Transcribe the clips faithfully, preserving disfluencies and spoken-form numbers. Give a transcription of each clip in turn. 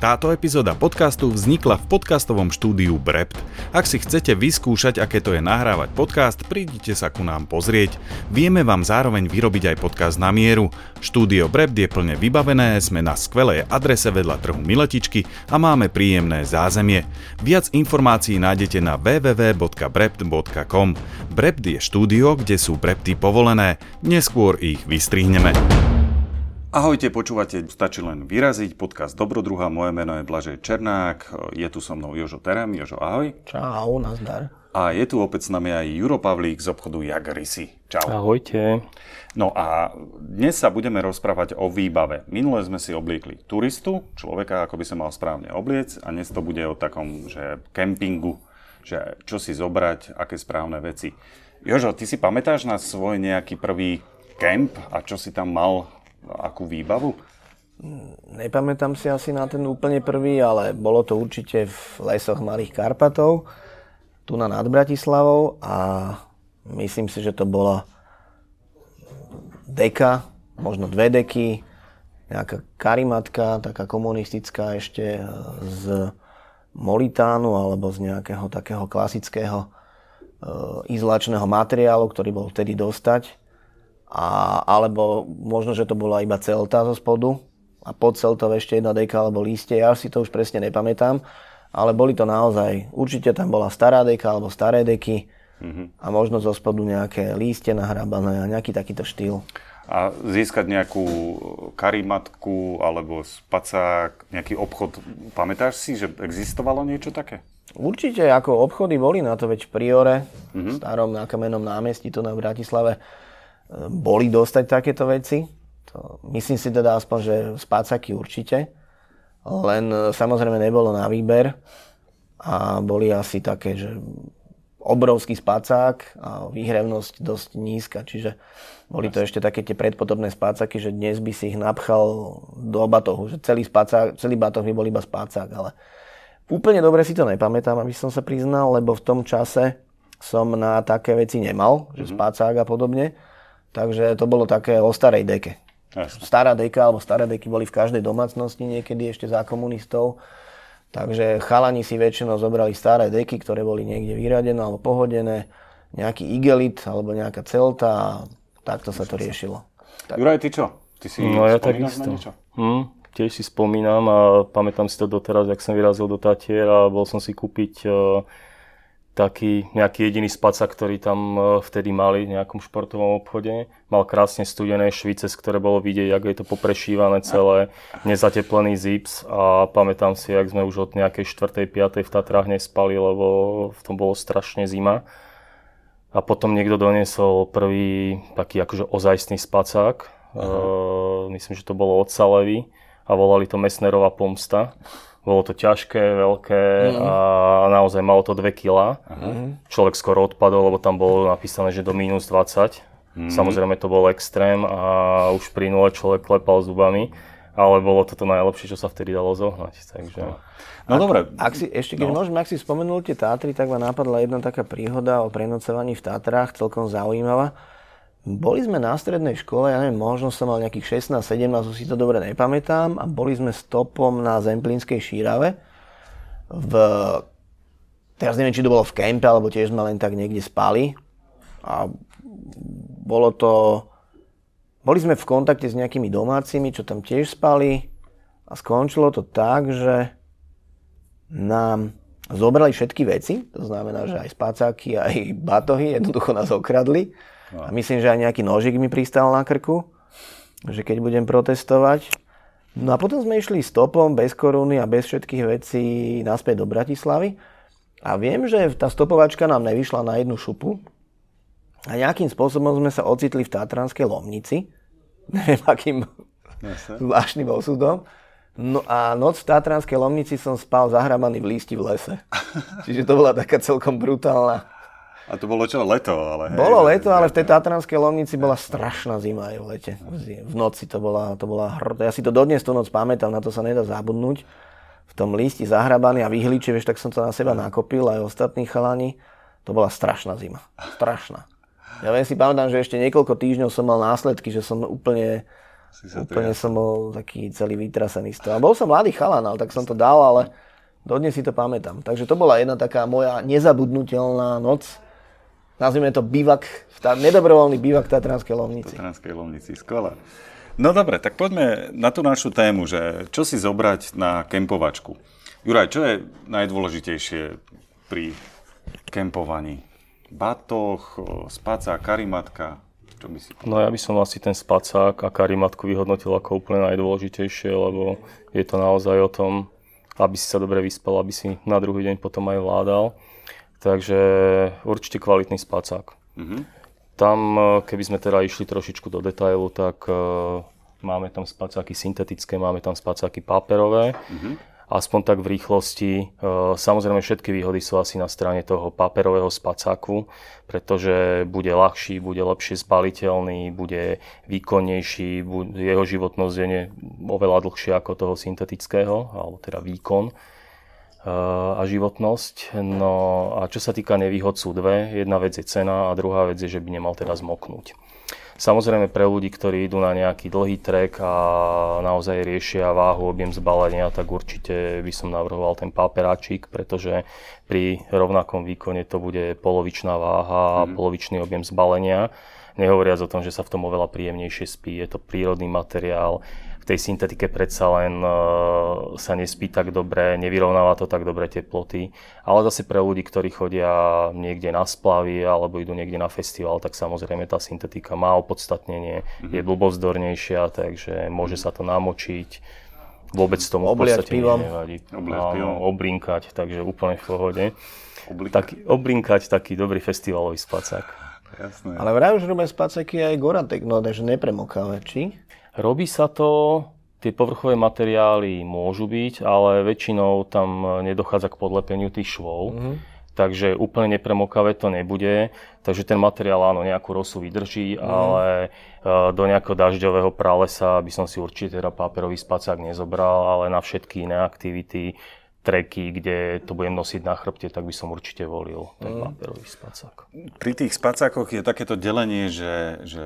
Táto epizóda podcastu vznikla v podcastovom štúdiu Brept. Ak si chcete vyskúšať, aké to je nahrávať podcast, prídite sa ku nám pozrieť. Vieme vám zároveň vyrobiť aj podcast na mieru. Štúdio Brept je plne vybavené, sme na skvelej adrese vedľa trhu Miletičky a máme príjemné zázemie. Viac informácií nájdete na w w w bodka brept bodka com. Brept je štúdio, kde sú brepty povolené. Neskôr ich vystrihneme. Ahojte, počúvate Stačí len vyraziť, podcast Dobrodruha, moje meno je Blažej Černák, je tu so mnou Jožo Terem. Jožo, ahoj. Čau, nazdar. A je tu opäť s nami aj Juro Pavlík z obchodu Jagrisi. Čau. Ahojte. No a dnes sa budeme rozprávať o výbave. Minule sme si obliekli turistu, človeka, ako by sa mal správne obliec, a dnes to bude o takom, že kempingu, že čo si zobrať, aké správne veci. Jožo, ty si pamätáš na svoj nejaký prvý kemp a čo si tam mal? Akú výbavu? Nepamätám si asi na ten úplne prvý, ale bolo to určite v lesoch Malých Karpatov, tu na nad Bratislavou, a myslím si, že to bola deka, možno dve deky, nejaká karimatka, taká komunistická ešte z molitánu alebo z nejakého takého klasického e, izolačného materiálu, ktorý bol vtedy dostať. A, alebo možno, že to bola iba celta zo spodu a pod celtou ešte jedna deka alebo lístie. Ja si to už presne nepamätám, ale boli to naozaj, určite tam bola stará deka alebo staré deky mm-hmm. a možno zo spodu nejaké lístie nahrabané a nejaký takýto štýl. A získať nejakú karimatku alebo spacák, nejaký obchod, pamätáš si, že existovalo niečo také? Určite, ako obchody boli na to, veď v Priore, mm-hmm. v starom kamennom námestí tu na Bratislave, boli dostať takéto veci. To, myslím si teda aspoň, že spacáky určite. Len samozrejme nebolo na výber. A boli asi také, že obrovský spacák a výhrevnosť dosť nízka. Čiže boli to ešte také tie predpotopné spacáky, že dnes by si ich napchal do batohu. Že celý, spacák, celý batoh by bol iba spacák. Ale úplne dobre si to nepamätám, aby som sa priznal, lebo v tom čase som na také veci nemal. Že mm-hmm. spacák a podobne. Takže to bolo také o starej deke. Jasne. Stará deka alebo staré deky boli v každej domácnosti niekedy ešte za komunistov. Takže chalani si väčšinou zobrali staré deky, ktoré boli niekde vyradené alebo pohodené, nejaký igelit alebo nejaká celta a takto sa to riešilo. Tak. Juraj, ty čo? Ty si no, ja spomínaš na niečo? Hm, tiež si spomínam a pamätám si to doteraz, jak som vyrazil do Tatier a bol som si kúpiť uh, taký nejaký jediný spacák, ktorý tam vtedy mali v nejakom športovom obchode. Mal krásne studené švice, z ktoré bolo vidieť, ako je to poprešívané celé, nezateplený zips, a pamätám si, jak sme už od nejakej štvrtej piatej v Tatrách nespali, lebo v tom bolo strašne zima. A potom niekto doniesol prvý taký akože ozajstný spacák. Uh, myslím, že to bolo od Salevy a volali to Messnerová pomsta. Bolo to ťažké, veľké mm. a naozaj malo to dve kilá. Mm. Človek skoro odpadol, lebo tam bolo napísané, že do mínus dvadsať. Mm. Samozrejme to bol extrém a už pri nule človek klepal zubami, ale bolo to to najlepšie, čo sa vtedy dalo zohnať. Takže... No dobre. Ak si, ešte keď no. môžeme, ak si spomenul tie Tatry, tak ma napadla jedna taká príhoda o prenocovaní v Tatrách, celkom zaujímavá. Boli sme na strednej škole, ja neviem, možno som mal nejakých šestnásť sedemnásť, už si to dobre nepamätám, a boli sme stopom na Zemplínskej šírave. V... Teraz neviem, či to bolo v kempe, alebo tiež sme len tak niekde spali. A bolo to... Boli sme v kontakte s nejakými domácimi, čo tam tiež spali, a skončilo to tak, že nám zobrali všetky veci, to znamená, že aj spacáky, aj batohy, jednoducho nás okradli. A myslím, že aj nejaký nožik mi pristal na krku, že keď budem protestovať. No a potom sme išli stopom, bez koruny a bez všetkých vecí naspäť do Bratislavy. A viem, že tá stopovačka nám nevyšla na jednu šupu. A nejakým spôsobom sme sa ocitli v Tatranskej Lomnici. Neviem, akým zvláštnym osudom. No a noc v Tatranskej Lomnici som spal zahrabaný v lísti v lese. Čiže to bola taká celkom brutálna... A to bolo čo? Leto? Ale hej, bolo leto, ale v tej Tatranskej Lomnici bola strašná zima aj v lete. V noci to bola, to bola hrota. Ja si to dodnes tú noc pamätám, na to sa nedá zabudnúť. V tom lísti zahrabaný a vyhličie, vieš, tak som to na seba nakopil, aj ostatní chalani. To bola strašná zima. Strašná. Ja viem si pamätám, že ešte niekoľko týždňov som mal následky, že som úplne Úplne som bol taký celý vytrasený z toho. A bol som mladý chalan, ale tak som to dal, ale dodnes si to pamätám. Takže to bola jedna taká moja nezabudnutelná noc. Nazvime to bývak, nedobrovoľný bývak v Tatranskej Lomnici. V Tatranskej Lomnici, skvelé. No dobre, tak poďme na tú našu tému, že čo si zobrať na kempovačku. Juraj, čo je najdôležitejšie pri kempovaní? Batoh, spacák, karimatka? Čo by si... No ja by som asi ten spacák a karimatku vyhodnotil ako úplne najdôležitejšie, lebo je to naozaj o tom, aby si sa dobre vyspal, aby si na druhý deň potom aj vládal. Takže určite kvalitný spacák. Mm-hmm. Tam, keby sme teda išli trošičku do detailu, tak uh, máme tam spacáky syntetické, máme tam spacáky páperové. Mm-hmm. Aspoň tak v rýchlosti. Samozrejme všetky výhody sú asi na strane toho paperového spacáku, pretože bude ľahší, bude lepšie zbaliteľný, bude výkonnejší, jeho životnosť je oveľa dlhšia ako toho syntetického, alebo teda výkon a životnosť. No a čo sa týka nevýhod sú dve. Jedna vec je cena a druhá vec je, že by nemal teda zmoknúť. Samozrejme pre ľudí, ktorí idú na nejaký dlhý trek a naozaj riešia váhu, objem zbalenia, tak určite by som navrhoval ten páperáčik, pretože pri rovnakom výkone to bude polovičná váha a mm. polovičný objem zbalenia. Nehovoriac o tom, že sa v tom oveľa príjemnejšie spí, je to prírodný materiál. V tej syntetike predsa len uh, sa nespí tak dobre, nevyrovnáva to tak dobre teploty. Ale zase pre ľudí, ktorí chodia niekde na splavy alebo idú niekde na festival, tak samozrejme tá syntetika má opodstatnenie, mm-hmm. je blbovzdornejšia, takže môže sa to namočiť. Vôbec tomu v podstate nevadí. Oblinkať, takže úplne v pohode. Taký, oblinkať taký dobrý festivalový spacák. Jasné. Ale vraj už robia spacáky aj Goratek, no takže nepremokáve, či? Robí sa to, tie povrchové materiály môžu byť, ale väčšinou tam nedochádza k podlepeniu tých švov, mm-hmm. takže úplne nepremokavé to nebude. Takže ten materiál áno, nejakú rosu vydrží, mm-hmm. ale do nejakého dažďového pralesa by som si určite teda páperový spacák nezobral, ale na všetky iné aktivity, treky, kde to budem nosiť na chrbte, tak by som určite volil ten mm. páperový spacák. Pri tých spacákoch je takéto delenie, že, že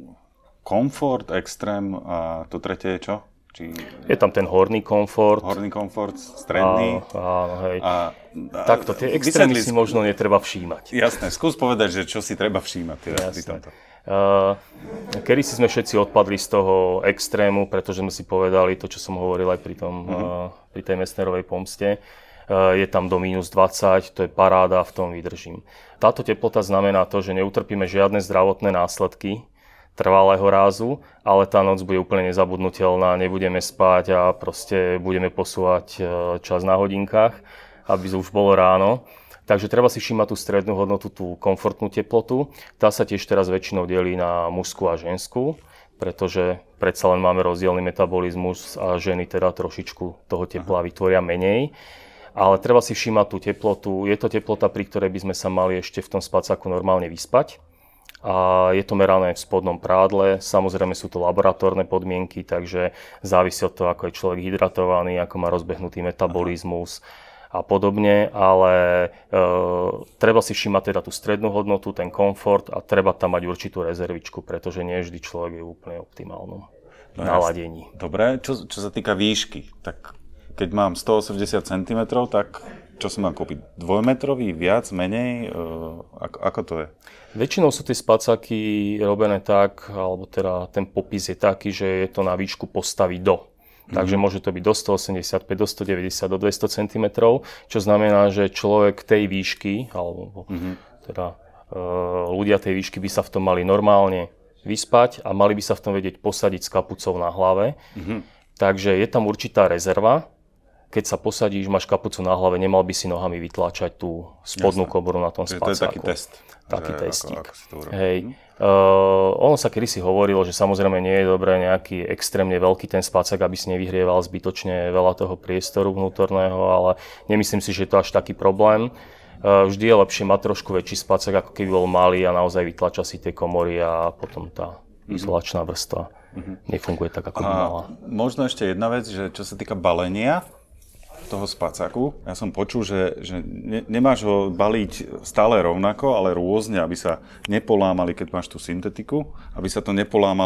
komfort, extrém a to tretie je čo? Či... Je tam ten horný komfort. Horný komfort, stredný. Áno, áno hej. A, a, Takto, tie extrémy si možno netreba všímať. Jasné, skús povedať, že čo si treba všímať. Teda, pri tomto. Uh, kedy si sme všetci odpadli z toho extrému, pretože sme si povedali to, čo som hovoril aj pri, tom, uh-huh. uh, pri tej Messnerovej pomste. Uh, je tam do mínus dvadsať, to je paráda, v tom vydržím. Táto teplota znamená to, že neutrpíme žiadne zdravotné následky trvalého rázu, ale tá noc bude úplne nezabudnutelná, nebudeme spať a proste budeme posúvať uh, čas na hodinkách, aby už bolo ráno. Takže treba si všímať tú strednú hodnotu, tú komfortnú teplotu. Tá sa tiež teraz väčšinou delí na mužskú a ženskú, pretože predsa len máme rozdielny metabolizmus a ženy teda trošičku toho tepla vytvoria menej. Ale treba si všímať tú teplotu. Je to teplota, pri ktorej by sme sa mali ešte v tom spacáku normálne vyspať. A je to merané v spodnom prádle. Samozrejme sú to laboratórne podmienky, takže závisí od toho, ako je človek hydratovaný, ako má rozbehnutý metabolizmus a podobne, ale e, treba si všímať teda tú strednú hodnotu, ten komfort a treba tam mať určitú rezervičku, pretože nie vždy človek je úplne optimálnom no, naladení. Dobre, čo, čo sa týka výšky, tak keď mám stoosemdesiat centimetrov, tak čo si mám kúpiť? Dvojmetrový, viac, menej? E, ako, ako to je? Väčšinou sú tie spacáky robené tak, alebo teda ten popis je taký, že je to na výšku postavy do. Takže môže to byť do stoosemdesiatpäť, do stodeväťdesiat, do dvesto centimetrov, čo znamená, že človek tej výšky, alebo mm-hmm. teda e, ľudia tej výšky by sa v tom mali normálne vyspať a mali by sa v tom vedieť posadiť s kapucou na hlave. Mm-hmm. Takže je tam určitá rezerva. Keď sa posadíš, máš kapucu na hlave, nemal by si nohami vytláčať tú spodnú komoru na tom spacáku. To je taký test. Taký testík. Ako, ako Hej. Uh, ono sa kedysi hovorilo, že samozrejme nie je dobré nejaký extrémne veľký ten spacák, aby si nevyhrieval zbytočne veľa toho priestoru vnútorného, ale nemyslím si, že je to až taký problém. Uh, vždy je lepšie mať trošku väčší spacák, ako keby bol malý a naozaj vytlača si tie komory a potom tá mm-hmm. izolačná vrstva mm-hmm. nefunguje tak, ako by mala. Možno ešte jedna vec, že čo sa týka balenia toho spacáku. Ja som počul, že, že ne, nemáš ho baliť stále rovnako, ale rôzne, aby sa nepolámali, keď máš tú syntetiku, aby sa to nepolámalo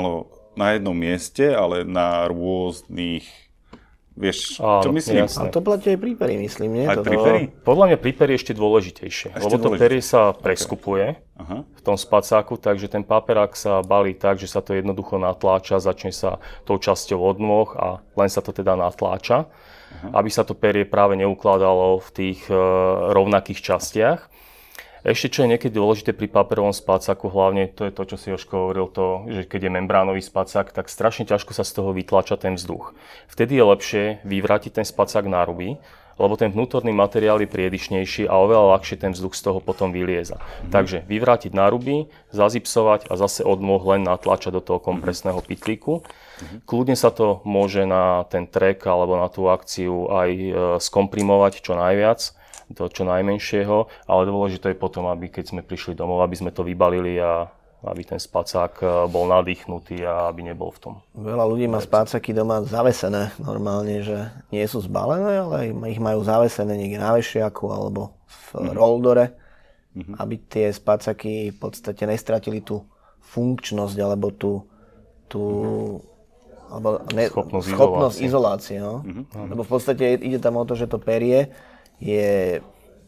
na jednom mieste, ale na rôznych... Vieš, Áno, čo myslím? A to platí aj pri peri, myslím, nie? Aj to, pri peri? Podľa mňa pri peri je ešte dôležitejšie, ešte lebo to perie sa preskupuje okay. Aha. v tom spacáku, takže ten paperák sa balí tak, že sa to jednoducho natláča, začne sa tou časťou od nôh a len sa to teda natláča, Aha. aby sa to perie práve neukladalo v tých uh, rovnakých častiach. Ešte čo je niekedy dôležité pri paperovom spacáku, hlavne to je to, čo si Jožko hovoril, to, že keď je membránový spacák, tak strašne ťažko sa z toho vytlača ten vzduch. Vtedy je lepšie vyvrátiť ten spacák na ruby, lebo ten vnútorný materiál je priedišnejší a oveľa ľahšie ten vzduch z toho potom vylieza. Mm. Takže vyvrátiť na ruby, zazipsovať a zase od nôh len natlačať do toho kompresného pytlíku. Mm. Kľudne sa to môže na ten track alebo na tú akciu aj e, skomprimovať čo najviac, do čo najmenšieho, ale dôležité je potom, aby keď sme prišli domov, aby sme to vybalili a aby ten spacák bol nadýchnutý a aby nebol v tom. Veľa ľudí má spacáky doma zavesené normálne, že nie sú zbalené, ale ich majú zavesené niekde na vešiaku alebo v mm-hmm. roldore, mm-hmm. aby tie spacáky v podstate nestratili tú funkčnosť alebo tú, tú mm-hmm. alebo ne, schopnosť, schopnosť izolácie. izolácie. No? Mm-hmm. Lebo v podstate ide tam o to, že to perie je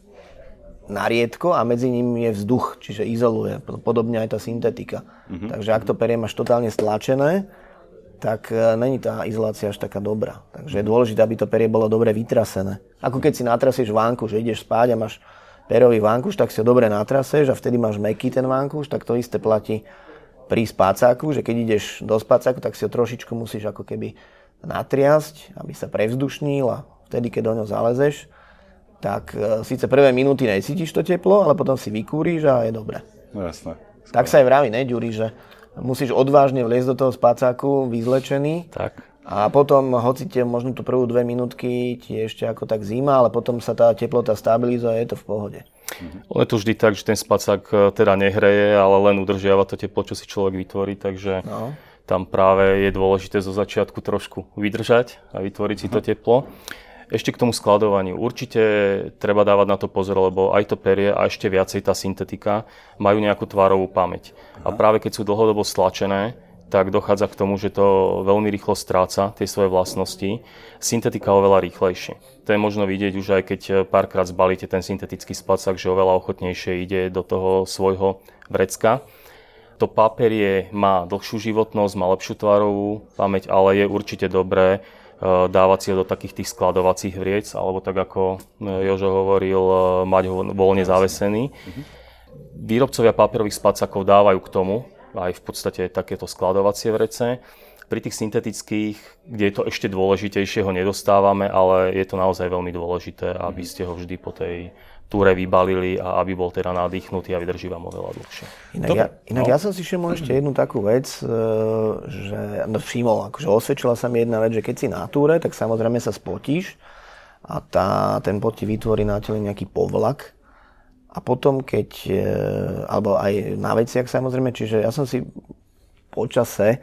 nariedko a medzi nimi je vzduch, čiže izoluje. Podobne aj tá syntetika. Mm-hmm. Takže ak to perie máš totálne stlačené, tak není tá izolácia až taká dobrá. Takže je dôležité, aby to perie bolo dobre vytrasené. Ako keď si natrasieš vánkuš, že ideš spáť a máš perový vánkuš, tak si ho dobre natraseš a vtedy máš mäkký ten vánkuš, tak to isté platí pri spacáku, že keď ideš do spacáku, tak si ho trošičku musíš ako keby natriasť, aby sa prevzdušnil a vtedy, keď do ňoho zalezeš, tak e, síce prvé minúty necítiš to teplo, ale potom si vykúriš a je dobre. No jasné. Tak sa aj vraví, ne, Ďuri, že musíš odvážne vliezť do toho spacáku, vyzlečený. Tak. A potom, hoci tie možno tú prvú dve minútky ti ešte ako tak zima, ale potom sa tá teplota stabilizuje a je to v pohode. Mhm. Je to vždy tak, že ten spacák teda nehreje, ale len udržiava to teplo, čo si človek vytvorí, takže no. Tam práve je dôležité zo začiatku trošku vydržať a vytvoriť si to teplo. Ešte k tomu skladovaniu. Určite treba dávať na to pozor, lebo aj to perie a ešte viacej tá syntetika majú nejakú tvarovú pamäť. Aha. A práve keď sú dlhodobo stlačené, tak dochádza k tomu, že to veľmi rýchlo stráca tie svoje vlastnosti. Syntetika oveľa rýchlejšie. To je možno vidieť už aj keď párkrát zbalíte ten syntetický spacák, že oveľa ochotnejšie ide do toho svojho vrecka. To paperie má dlhšiu životnosť, má lepšiu tvarovú pamäť, ale je určite dobré dávať si ho do takých tých skladovacích vriec, alebo tak ako Jožo hovoril, mať ho voľne zavesený. Výrobcovia paperových spacákov dávajú k tomu aj v podstate takéto skladovacie vrece. Pri tých syntetických, kde je to ešte dôležitejšie, ho nedostávame, ale je to naozaj veľmi dôležité, aby ste ho vždy po tej túre vybalili a aby bol teda nadýchnutý a vydrží vám oveľa dlhšie. Inak, ja, inak no. ja som si všimol ešte jednu takú vec, že no všimol, akože osvedčila sa mi jedna vec, že keď si na túre, tak samozrejme sa spotíš a tá, ten pot ti vytvorí na tele nejaký povlak a potom keď, alebo aj na veciach samozrejme, čiže ja som si počase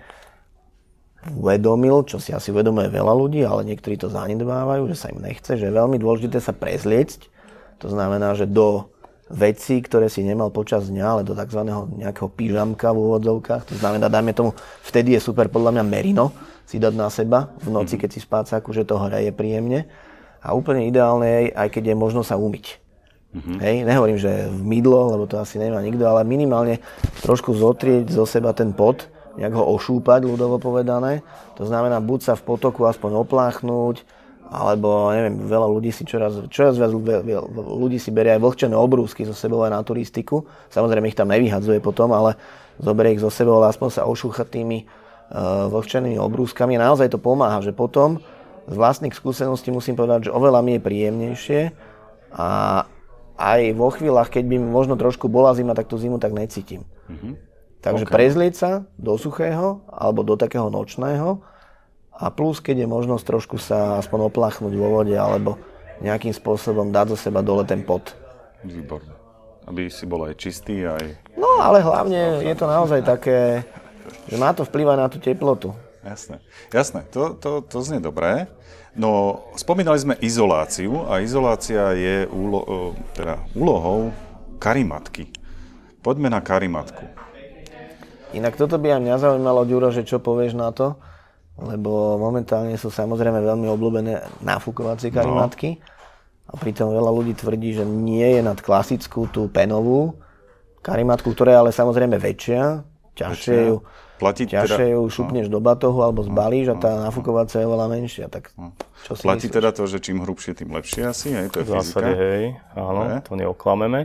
uvedomil, čo si asi uvedomuje veľa ľudí, ale niektorí to zanedbávajú, že sa im nechce, že je veľmi dôležité sa prezliecť. To znamená, že do vecí, ktoré si nemal počas dňa, ale do tzv. Nejakého pyžamka v úvodzovkách, to znamená, dajme tomu, vtedy je super podľa mňa merino si dať na seba v noci, keď si v spacáku, že to hreje príjemne. A úplne ideálne je, aj keď je možno sa umyť. Mm-hmm. Hej, nehovorím, že v mydlo, lebo to asi nemá nikto, ale minimálne trošku zotrieť zo seba ten pot, nejak ho ošúpať, ľudovo povedané. To znamená, buď sa v potoku aspoň opláchnúť, alebo neviem, veľa ľudí si čoraz, čoraz viac ľudí si berie aj vlhčené obrúsky so sebou aj na turistiku. Samozrejme ich tam nevyhadzuje potom, ale zoberie ich so sebou, ale aspoň sa ošúchať tými uh, vlhčenými obrúskami. A naozaj to pomáha, že potom z vlastných skúseností musím povedať, že oveľa mi je príjemnejšie a aj vo chvíľach, keď by mi možno trošku bola zima, tak tú zimu tak necítim. Mm-hmm. Takže okay. Prezlieť sa do suchého alebo do takého nočného. A plus, keď je možnosť trošku sa aspoň opláchnuť vo vode alebo nejakým spôsobom dať zo seba dole ten pot. Výborné. Aby si bol aj čistý, aj... No, ale hlavne je to naozaj také, že má to vplyv aj na tú teplotu. Jasné. Jasné. To, to, to znie dobré. No, spomínali sme izoláciu a izolácia je úlo, teda úlohou karimatky. Poďme na karimatku. Inak toto by aj mňa zaujímalo, Ďuro, že čo povieš na to, lebo momentálne sú samozrejme veľmi obľúbené náfukovacie karimatky a pritom veľa ľudí tvrdí, že nie je nad klasickú tú penovú karimatku, ktorá je ale samozrejme väčšia, ťažšie ju, ťažšie teda... ju šupneš do batohu alebo zbalíš a tá náfukovacia je veľa menšia. Tak čo si Platí myslíš? teda to, že čím hrubšie, tým lepšie asi, hej? To je fyzika. V zásade, hej, áno, ne? To neoklameme.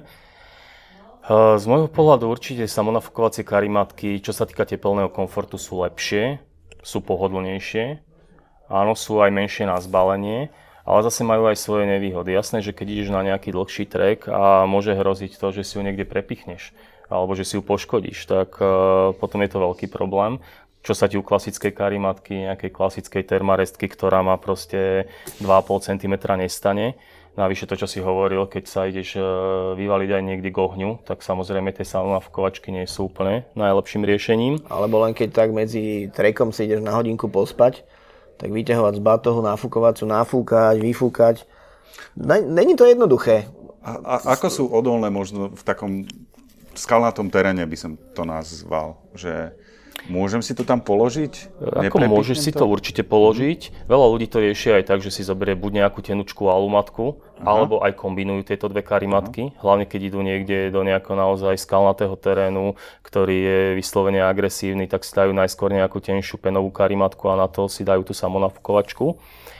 Z môjho pohľadu určite samonafukovacie karimatky, čo sa týka tepelného komfortu, sú lepšie, sú pohodlnejšie, áno, sú aj menšie na zbalenie, ale zase majú aj svoje nevýhody. Jasné, že keď ideš na nejaký dlhší trek a môže hroziť to, že si ju niekde prepichneš, alebo že si ju poškodíš, tak uh, potom je to veľký problém. Čo sa ti u klasickej karimatky, nejakej klasickej termarestky, ktorá má proste dva a pol centimetra nestane. Navyše to, čo si hovoril, keď sa ideš vyvaliť aj niekde k ohňu, tak samozrejme tie samonafukovačky nie sú úplne najlepším riešením. Alebo len keď tak medzi trekom si ideš na hodinku pospať, tak vyťahovať z batohu nafukovaciu, nafúkať, vyfúkať. Není to jednoduché. A, a ako sú odolné možno v takom skalnatom teréne, by som to nazval, že môžem si to tam položiť? Ako môžeš si to určite položiť. Veľa ľudí to riešia aj tak, že si zoberie buď nejakú tenučku alumatku, aha, alebo aj kombinujú tieto dve karimatky. Aha. Hlavne keď idú niekde do nejakého naozaj skalnatého terénu, ktorý je vyslovene agresívny, tak si dajú najskôr nejakú tenšiu penovú karimatku a na to si dajú tú samonafukovačku.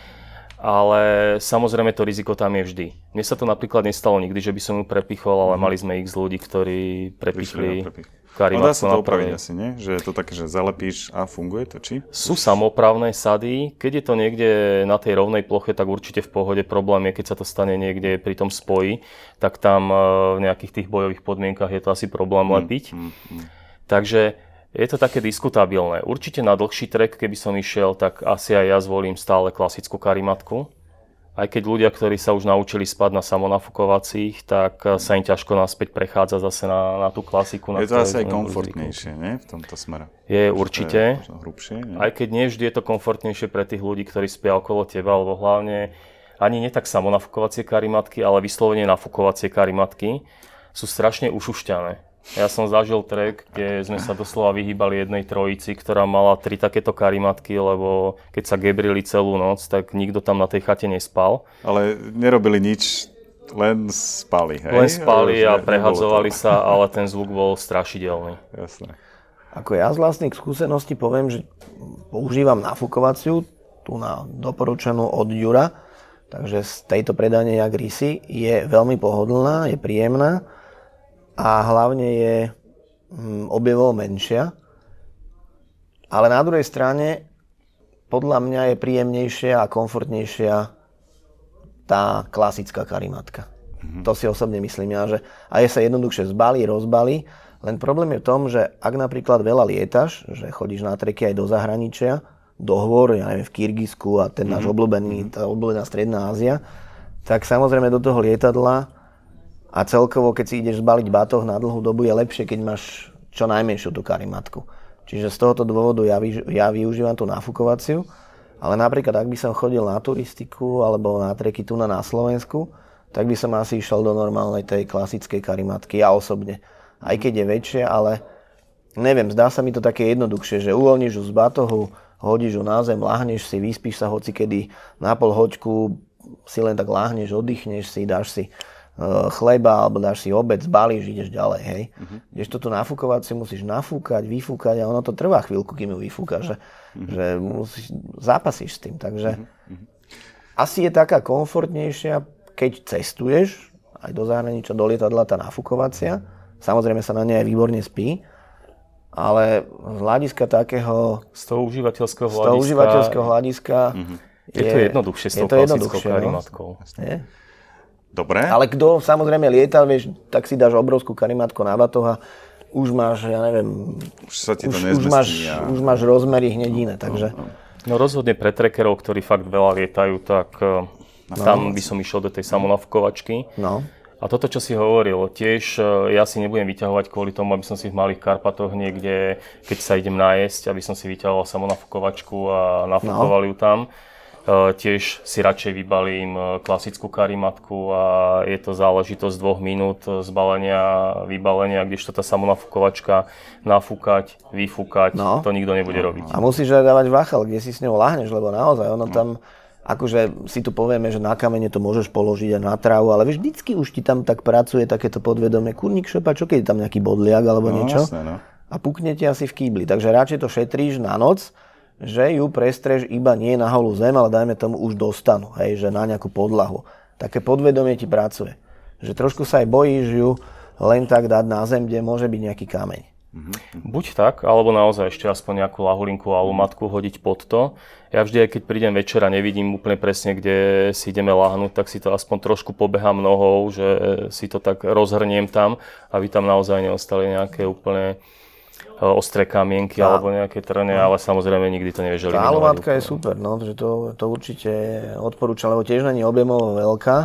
Ale samozrejme to riziko tam je vždy. Mne sa to napríklad nestalo nikdy, že by som ju prepichol, ale mali sme x ľudí, ktorí prepichli karimatku. No dá sa to opraviť asi, nie? Že je to také, že zalepíš a funguje to, či? Sú samoopravné sady. Keď je to niekde na tej rovnej ploche, tak určite v pohode. Problém je, keď sa to stane niekde pri tom spoji, tak tam v nejakých tých bojových podmienkach je to asi problém mm, lepiť. Mm, mm. Takže je to také diskutabilné. Určite na dlhší trek, keby som išiel, tak asi aj ja zvolím stále klasickú karimatku. Aj keď ľudia, ktorí sa už naučili spať na samonafukovacích, tak sa im ťažko naspäť prechádza zase na, na tú klasiku. Je to asi aj komfortnejšie, nie? V tomto smere. Je určite. Je hrubšie, nie? Aj keď nie vždy je to komfortnejšie pre tých ľudí, ktorí spia okolo teba, alebo hlavne ani nie tak samonafukovacie karimatky, ale vyslovene nafukovacie karimatky sú strašne ušušťané. Ja som zažil trek, kde sme sa doslova vyhýbali jednej trojici, ktorá mala tri takéto karimatky, lebo keď sa gebrili celú noc, tak nikto tam na tej chate nespal. Ale nerobili nič, len spali, hej? Len spali a prehadzovali sa, ale ten zvuk bol strašidelný. Jasné. Ako ja z vlastných skúseností poviem, že používam nafukovaciu, tu na doporučenú od Ďura, takže z tejto predajne jak Risi je veľmi pohodlná, je príjemná. A hlavne je hm, objevovo menšia. Ale na druhej strane podľa mňa je príjemnejšia a komfortnejšia tá klasická karimatka. Mm-hmm. To si osobne myslím ja, že aj sa jednoduchšie zbalí, rozbalí. Len problém je v tom, že ak napríklad veľa lietaš, že chodíš na treky aj do zahraničia, do hôr, ja neviem, v Kyrgyzsku a ten náš mm-hmm. obľúbený, tá obľúbená Stredná Ázia, tak samozrejme do toho lietadla a celkovo, keď si ideš zbaliť batoh na dlhú dobu, je lepšie, keď máš čo najmenšiu tú karimatku. Čiže z tohoto dôvodu ja, vyž, ja využívam tú nafukovaciu, ale napríklad, ak by som chodil na turistiku alebo na treky tu na, na Slovensku, tak by som asi išiel do normálnej tej klasickej karimatky, ja osobne. Aj keď je väčšie, ale neviem, zdá sa mi to také jednoduchšie, že uvoľníš ju z batohu, hodíš ju na zem, láhneš si, vyspíš sa hocikedy na pol hoďku, si len tak láhneš, oddychneš si, dáš si chleba, alebo dáš si obed, zbalíš, ideš ďalej, hej. Uh-huh. Kdežto tú nafukovaciu musíš nafúkať, vyfúkať a ono to trvá chvíľku, kým ju vyfúkaš, že, uh-huh. že musíš, zápasíš s tým, takže uh-huh. asi je taká komfortnejšia, keď cestuješ, aj do zahraničia, do lietadla tá nafukovacia, samozrejme sa na nej aj výborne spí, ale z hľadiska takého... Z toho užívateľského hľadiska... Z toho užívateľského hľadiska... Uh-huh. Je, je to jednoduchšie s tou klasickou karimatkou. No? Dobre. Ale kto samozrejme lietal, vieš, tak si dáš obrovskú karimatku na batoh a už máš, ja neviem, už sa ti to už, už, máš, ja. už máš rozmery hneď iné, takže... No, no. no rozhodne pre trekerov, ktorí fakt veľa lietajú, tak no. tam by som išiel do tej samonafukovačky. No. A toto, čo si hovoril, tiež ja si nebudem vyťahovať kvôli tomu, aby som si v Malých Karpatoch niekde, keď sa idem najesť, aby som si vyťahoval samonafukovačku a nafukoval no. ju tam. Tiež si radšej vybalím klasickú karimatku a je to záležitosť dvoch minút zbalenia, vybalenia, kdežto tá samonafúkovačka nafúkať, vyfúkať, no. To nikto nebude robiť. A musíš aj dávať váchal, kde si s ňou láhneš, lebo naozaj ono tam, akože si tu povieme, že na kamene to môžeš položiť a na trávu, ale vieš, vždycky už ti tam tak pracuje takéto podvedomie, kurník šopa, čo keď je tam nejaký bodliak alebo no, niečo jasné, no. A pukne ti asi v kýbli, takže radšej to šetríš na noc, že ju prestreš iba nie na holú zem, ale dajme tomu už do stanu, hej, že na nejakú podlahu. Také podvedomie ti pracuje. Že trošku sa aj bojíš ju len tak dať na zem, kde môže byť nejaký kameň. Buď tak, alebo naozaj ešte aspoň nejakú lahulinku alebo matku hodiť pod to. Ja vždy, aj keď prídem večer a nevidím úplne presne, kde si ideme lahnúť, tak si to aspoň trošku pobehám nohou, že si to tak rozhrniem tam, aby tam naozaj neostali nejaké úplne ostré kamienky tá. Alebo nejaké trne, ale samozrejme nikdy to nevieš eliminovať. Tá alumatka je super, no, že to, to určite odporúčam, lebo tiež není objemovo veľká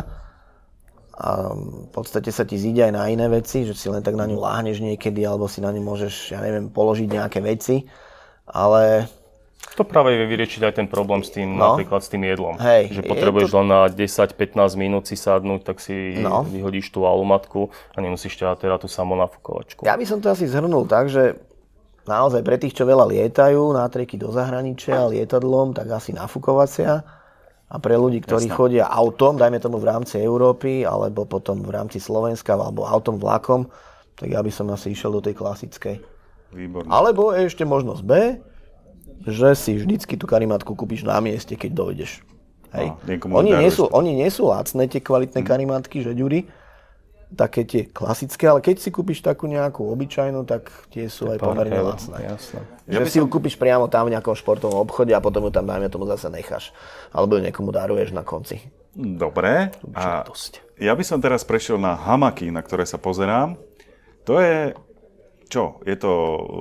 a v podstate sa ti zíde aj na iné veci, že si len tak na ňu láhneš niekedy, alebo si na ňu môžeš, ja neviem, položiť nejaké veci, ale... To práve vie vyriešiť aj ten problém s tým, no. Napríklad s tým jedlom. Hej, že potrebuješ to... len na desať pätnásť minút si sadnúť, tak si no. Vyhodíš tú alumatku a nemusíš ťahať teda tú samonafúkovačku. Ja by som to asi zhrnul tak, že naozaj pre tých, čo veľa lietajú, nátrieky do zahraničia lietadlom, tak asi nafúkovacia. A pre ľudí, ktorí Jasne. Chodia autom, dajme tomu v rámci Európy, alebo potom v rámci Slovenska, alebo autom, vlakom, tak ja by som asi išiel do tej klasickej. Výborné. Alebo ešte možnosť B, že si vždycky tú karimatku kúpiš na mieste, keď dojdeš. Hej. No, oni, nie sú, oni nie sú lacné, tie kvalitné hmm. karimatky, že ďury, také tie klasické, ale keď si kúpiš takú nejakú obyčajnú, tak tie sú aj pomerne lacné. Jasné. Že ja si som... ju kúpiš priamo tam v nejakom športovom obchode a potom ju tam dajme tomu zase necháš. Alebo ju niekomu daruješ na konci. Dobre. A ja by som teraz prešiel na hamaky, na ktoré sa pozerám. To je... Čo? Je to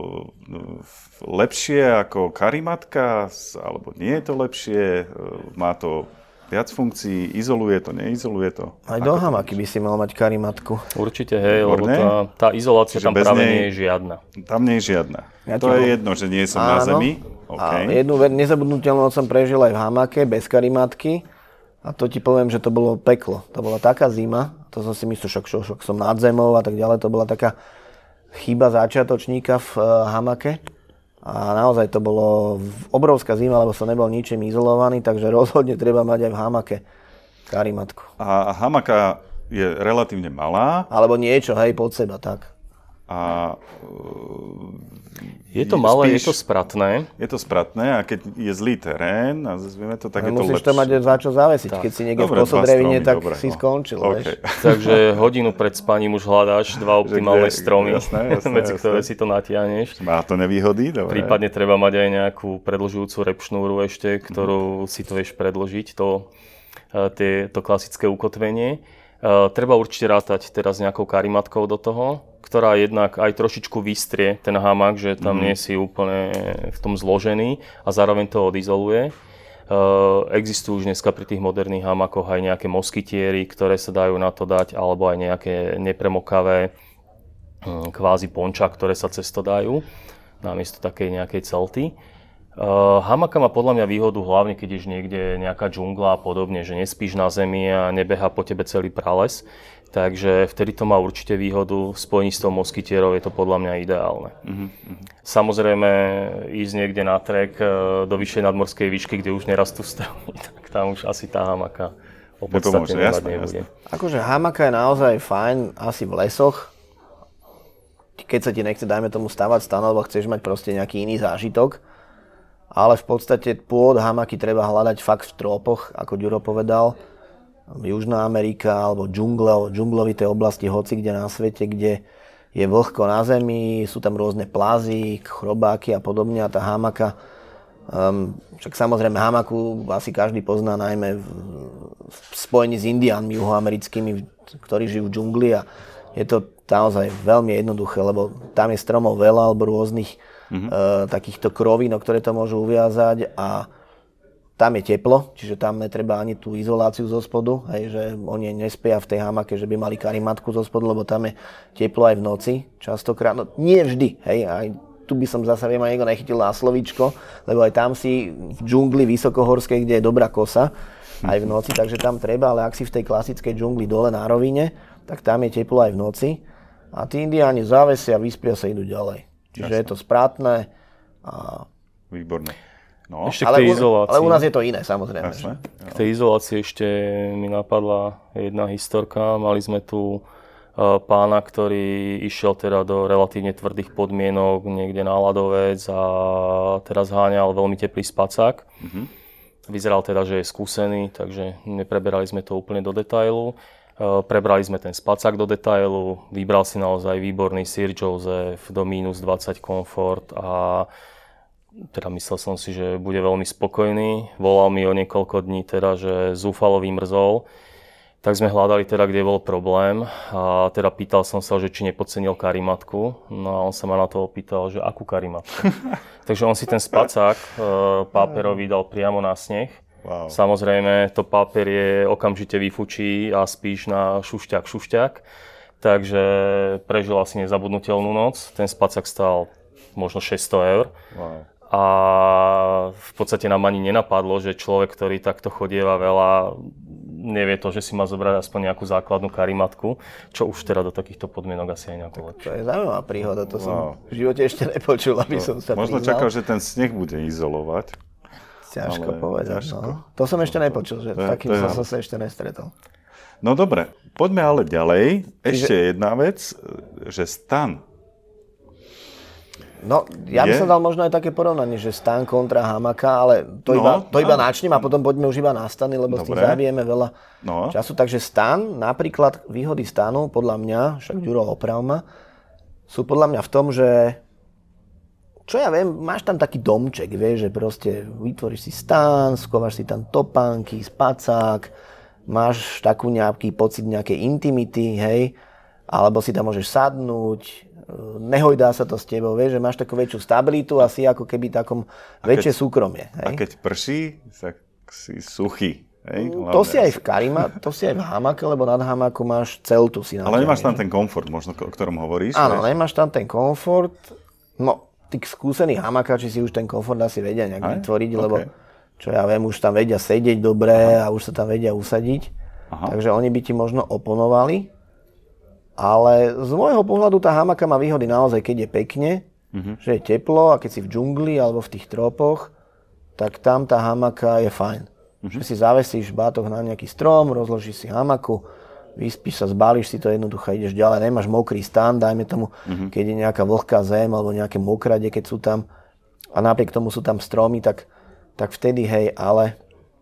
lepšie ako karimatka? Alebo nie je to lepšie? Má to... viac funkcií, izoluje to, neizoluje to? Aj do hamaky by si mal mať karimatku. Určite, hej, lebo tá, tá izolácia Čiže tam práve nej, nie je žiadna. Tam nie je žiadna. Ja to je bol... jedno, že nie som Áno. na zemi. Okay. A jednu nezabudnutelnú som prežil aj v hamake, bez karimatky. A to ti poviem, že to bolo peklo. To bola taká zima, to som si myslel, šok, šok, šok som nad zemou a tak ďalej. To bola taká chyba začiatočníka v uh, hamake. A naozaj to bolo obrovská zima, lebo som nebol ničím izolovaný, takže rozhodne treba mať aj v hamake karimatku. A hamaka je relatívne malá. Alebo niečo, hej, pod seba, tak. A je to malé, spíš, je to spratné. Je to spratné a keď je zlý terén, a zazvieme to, tak a je to lepšie. Musíš to mať za čo zavesiť, tak. Keď si niekde dobre, v kosodrevine, tak dobre, si no. skončil. Okay. Takže hodinu pred spaním už hľadáš dva optimálne stromy, jasné, jasné, medzi jasné. Ktoré si to natiahneš. Má to nevýhody? Dobre. Prípadne treba mať aj nejakú predĺžujúcu repšnúru ešte, ktorú mm. si to vieš predĺžiť, to, tie, to klasické ukotvenie. Uh, treba určite rátať teraz nejakou karimatkou do toho, ktorá jednak aj trošičku vystrie ten hamak, že tam mm. nie si úplne v tom zložený a zároveň to odizoluje. Uh, existujú už dneska pri tých moderných hamakoch aj nejaké moskytiery, ktoré sa dajú na to dať, alebo aj nejaké nepremokavé um, kvázi ponča, ktoré sa cez to dajú, namiesto takej nejakej celty. Uh, hamaka má podľa mňa výhodu hlavne, keď ješ niekde nejaká džungla a podobne, že nespíš na zemi a nebeha po tebe celý prales. Takže vtedy to má určite výhodu. V spojení s tou moskytierou je to podľa mňa ideálne. Uh-huh, uh-huh. Samozrejme ísť niekde na trek uh, do vyššej nadmorskej výšky, kde už nerastú stromy, tak tam už asi tá hamaka opodstatne nevať nebude. Akože hamaka je naozaj fajn asi v lesoch. Keď sa ti nechce, dajme tomu stavať stan, alebo chceš mať proste nejaký iný zážitok. Ale v podstate pôd hamaky treba hľadať fakt v trópoch, ako Ďuro povedal. Južná Amerika alebo džungle, alebo džunglovité oblasti, hoci kde na svete, kde je vlhko na zemi, sú tam rôzne plázy, chrobáky a podobne. A tá hamaka, um, však samozrejme hamaku asi každý pozná, najmä v, v spojení s Indiánmi juhoamerickými, ktorí žijú v džungli. A je to naozaj veľmi jednoduché, lebo tam je stromov veľa alebo rôznych Mm-hmm. Uh, takýchto krovín, ktoré to môžu uviazať a tam je teplo, čiže tam netreba ani tú izoláciu zo spodu, hej, že oni nespia v tej hamake, že by mali karimatku zo spodu, lebo tam je teplo aj v noci, častokrát, no nie vždy, hej, aj tu by som zasa viem, aj niekto nechytil na slovíčko, lebo aj tam si v džungli vysokohorskej, kde je dobrá kosa, aj v noci, takže tam treba, ale ak si v tej klasickej džungli dole na rovine, tak tam je teplo aj v noci. A tí indiáni závesia, vyspia sa, idú ďalej. Čiže Jasne. je to sprátne. A... Výborné. No. Ešte k ale, tej u, izolácii. ale u nás je to iné, samozrejme. Jasne. K tej izolácii ešte mi napadla jedna historka. Mali sme tu uh, pána, ktorý išiel teda do relatívne tvrdých podmienok niekde na ľadovec a teraz háňal veľmi teplý spacák. Mm-hmm. Vyzeral teda, že je skúsený, takže nepreberali sme to úplne do detailu. Uh, prebrali sme ten spacák do detailu, vybral si naozaj výborný Sir Joseph do mínus dvadsať komfort a teda myslel som si, že bude veľmi spokojný. Volal mi o niekoľko dní teda, že zúfalo vymrzol. Tak sme hľadali teda, kde bol problém a teda pýtal som sa, že či nepodcenil karimatku. No a on sa ma na to opýtal, že akú karimatku. Takže on si ten spacák e, páperový dal priamo na sneh. Wow. Samozrejme, to páper je okamžite vyfučí a spíš na šušťak, šušťak. Takže prežil asi nezabudnutelnú noc. Ten spacák stál možno šesťsto eur. Wow. A v podstate nám ani nenapadlo, že človek, ktorý takto chodieva veľa, nevie to, že si má zobrať aspoň nejakú základnú karimatku, čo už teda do takýchto podmienok asi aj nejakú lepšie. To je zaujímavá príhoda, to wow. som v živote ešte nepočul, aby to, som sa možno priznal. čakal, že ten sneh bude izolovať. Ťažko povedať, no. To som ešte nepočul, že to, takým to som sa ešte nestretol. No dobre, poďme ale ďalej. Ešte Čiže... jedna vec, že stan. No, ja by som dal možno aj také porovnanie, že stan kontra hamaka, ale to no, iba, to iba načnem a potom poďme už iba na stany, lebo Dobre. s tým zabijeme veľa no. času. Takže stan, napríklad výhody stanu, podľa mňa, však Ďuro oprav ma, sú podľa mňa v tom, že čo ja viem, máš tam taký domček, vieš, že proste vytvoríš si stan, skováš si tam topánky, spacák, máš takú nejaký pocit nejakej intimity, hej, alebo si tam môžeš sadnúť, nehojdá sa to s tebou, vieš, že máš takú väčšiu stabilitu a si ako keby takom väčšie keď, súkromie. Hej? A keď prší, tak si suchý. Hej? To si aj v karima, to si aj v hamake, lebo nad hamaku máš celtu si natiahne. Ale nemáš tam ten komfort, možno, o ktorom hovoríš. Áno, vieš? nemáš tam ten komfort. No, tí skúsení hamakáči si už ten komfort asi vedia nejak aj? vytvoriť, okay. lebo čo ja viem, už tam vedia sedieť dobre Aha. a už sa tam vedia usadiť. Aha. Takže oni by ti možno oponovali. Ale z môjho pohľadu tá hamaka má výhody naozaj, keď je pekne, uh-huh. že je teplo a keď si v džungli alebo v tých tropoch, tak tam tá hamaka je fajn. Uh-huh. Že si zavesíš bátoh na nejaký strom, rozložíš si hamaku, vyspíš sa, zbalíš si to jednoducho, ideš ďalej, nemáš mokrý stan, dajme tomu, uh-huh. keď je nejaká vlhká zem alebo nejaké mokrade, keď sú tam a napriek tomu sú tam stromy, tak, tak vtedy hej, ale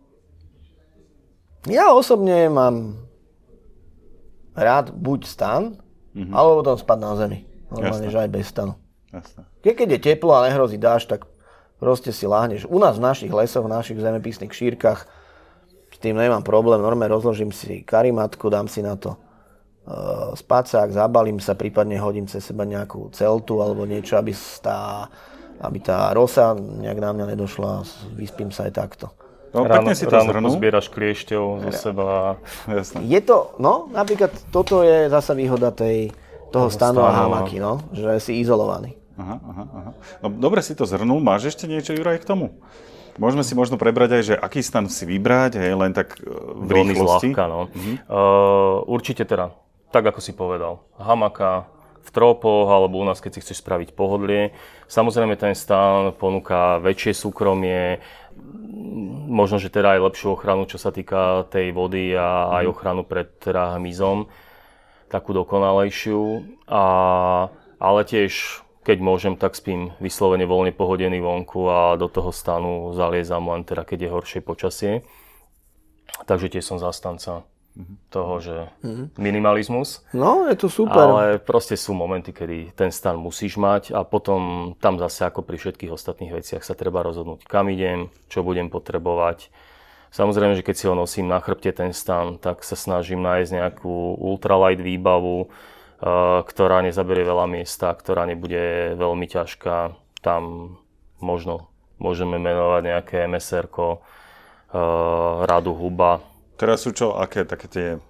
ja osobne mám rád buď stan, mm-hmm. alebo potom spať na zemi. Normálne, že aj bez stanu. Jasne. Keď, keď je teplo a nehrozí dážď, tak proste si láhneš. U nás v našich lesoch, v našich zemepisných šírkach, s tým nemám problém. Normálne rozložím si karimatku, dám si na to uh, spacák, zabalím sa, prípadne hodím cez seba nejakú celtu alebo niečo, aby tá, aby tá rosa nejak na mňa nedošla. Vyspím sa aj takto. No, ráno, si to ráno pozbieraš kliešťov zo seba. Jasné. Je to, no, napríklad toto je zasa výhoda tej, toho stanu a hamaky, no, že si izolovaný. Aha, aha, aha. No, dobre si to zhrnul. Máš ešte niečo, Juraj, k tomu? Môžeme si možno prebrať aj, že aký stan si vybrať, hej, len tak v Veľmi rýchlosti. Zľahka, no. Mhm. Uh, určite teda, tak ako si povedal, hamaka v tropoch, alebo u nás, keď si chceš spraviť pohodlie. Samozrejme, ten stan ponúka väčšie súkromie, možno, že teda aj lepšiu ochranu, čo sa týka tej vody a aj ochranu pred teda hmyzom, takú dokonalejšiu. A, ale tiež, keď môžem, tak spím vyslovene voľne pohodený vonku a do toho stanu zaliezam len teda, keď je horšie počasie. Takže tiež som zastanca toho, že minimalizmus. No, je to super. Ale proste sú momenty, kedy ten stan musíš mať a potom tam zase ako pri všetkých ostatných veciach sa treba rozhodnúť, kam idem, čo budem potrebovať. Samozrejme, že keď si ho nosím na chrbte ten stan, tak sa snažím nájsť nejakú ultralight výbavu, ktorá nezaberie veľa miesta, ktorá nebude veľmi ťažká. Tam možno môžeme menovať nejaké em es erko, Radu Huba. Teraz sú čo, aké také tie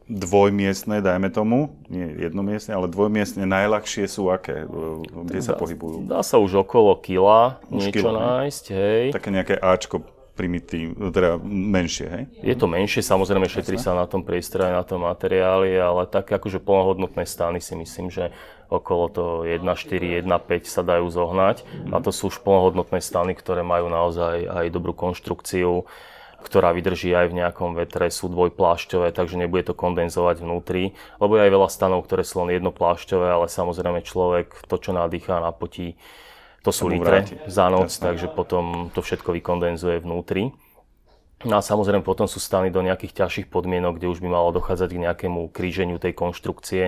dvojmiestne, dajme tomu, nie jednomiestne, ale dvojmiestne najľahšie sú aké? Kde sa dá, pohybujú? Dá sa už okolo kila už niečo kilo, nájsť, hej. Také nejaké Ačko primitív, teda menšie, hej? Je to menšie, samozrejme šetrí sa na tom priestore, na tom materiáli, ale také akože plnohodnotné stany si myslím, že okolo toho jeden štyri, jeden päť sa dajú zohnať. Mm. A to sú už plnohodnotné stany, ktoré majú naozaj aj dobrú konštrukciu, ktorá vydrží aj v nejakom vetre, sú dvojplášťové, takže nebude to kondenzovať vnútri. Lebo je aj veľa stanov, ktoré sú len jednoplášťové, ale samozrejme človek to, čo nadýchá, napotí, to sú litre za noc, Jasne. takže potom to všetko vykondenzuje vnútri. No a samozrejme potom sú stany do nejakých ťažších podmienok, kde už by malo dochádzať k nejakému kríženiu tej konštrukcie,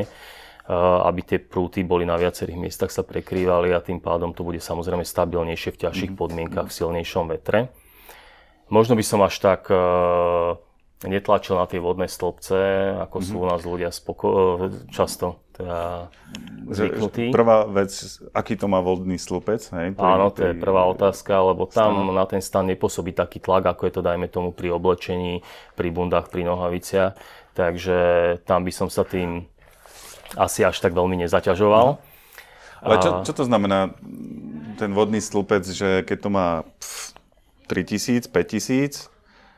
aby tie prúty boli na viacerých miestach sa prekrývali a tým pádom to bude samozrejme stabilnejšie v ťažších podmienkach v silnejšom vetre. Možno by som až tak uh, netlačil na tie vodné stĺpce, ako mm-hmm. sú u nás ľudia spoko- často teda zvyknutí. Prvá vec, aký to má vodný stĺpec? Hej, pri, Áno, to pri... je prvá otázka, lebo tam stanu. na ten stan nepôsobí taký tlak, ako je to dajme tomu pri oblečení, pri bundách, pri nohaviciach. Takže tam by som sa tým asi až tak veľmi nezaťažoval. Mm-hmm. Ale čo, čo to znamená ten vodný stĺpec, že keď to má pff, tritisíc, päťtisíc,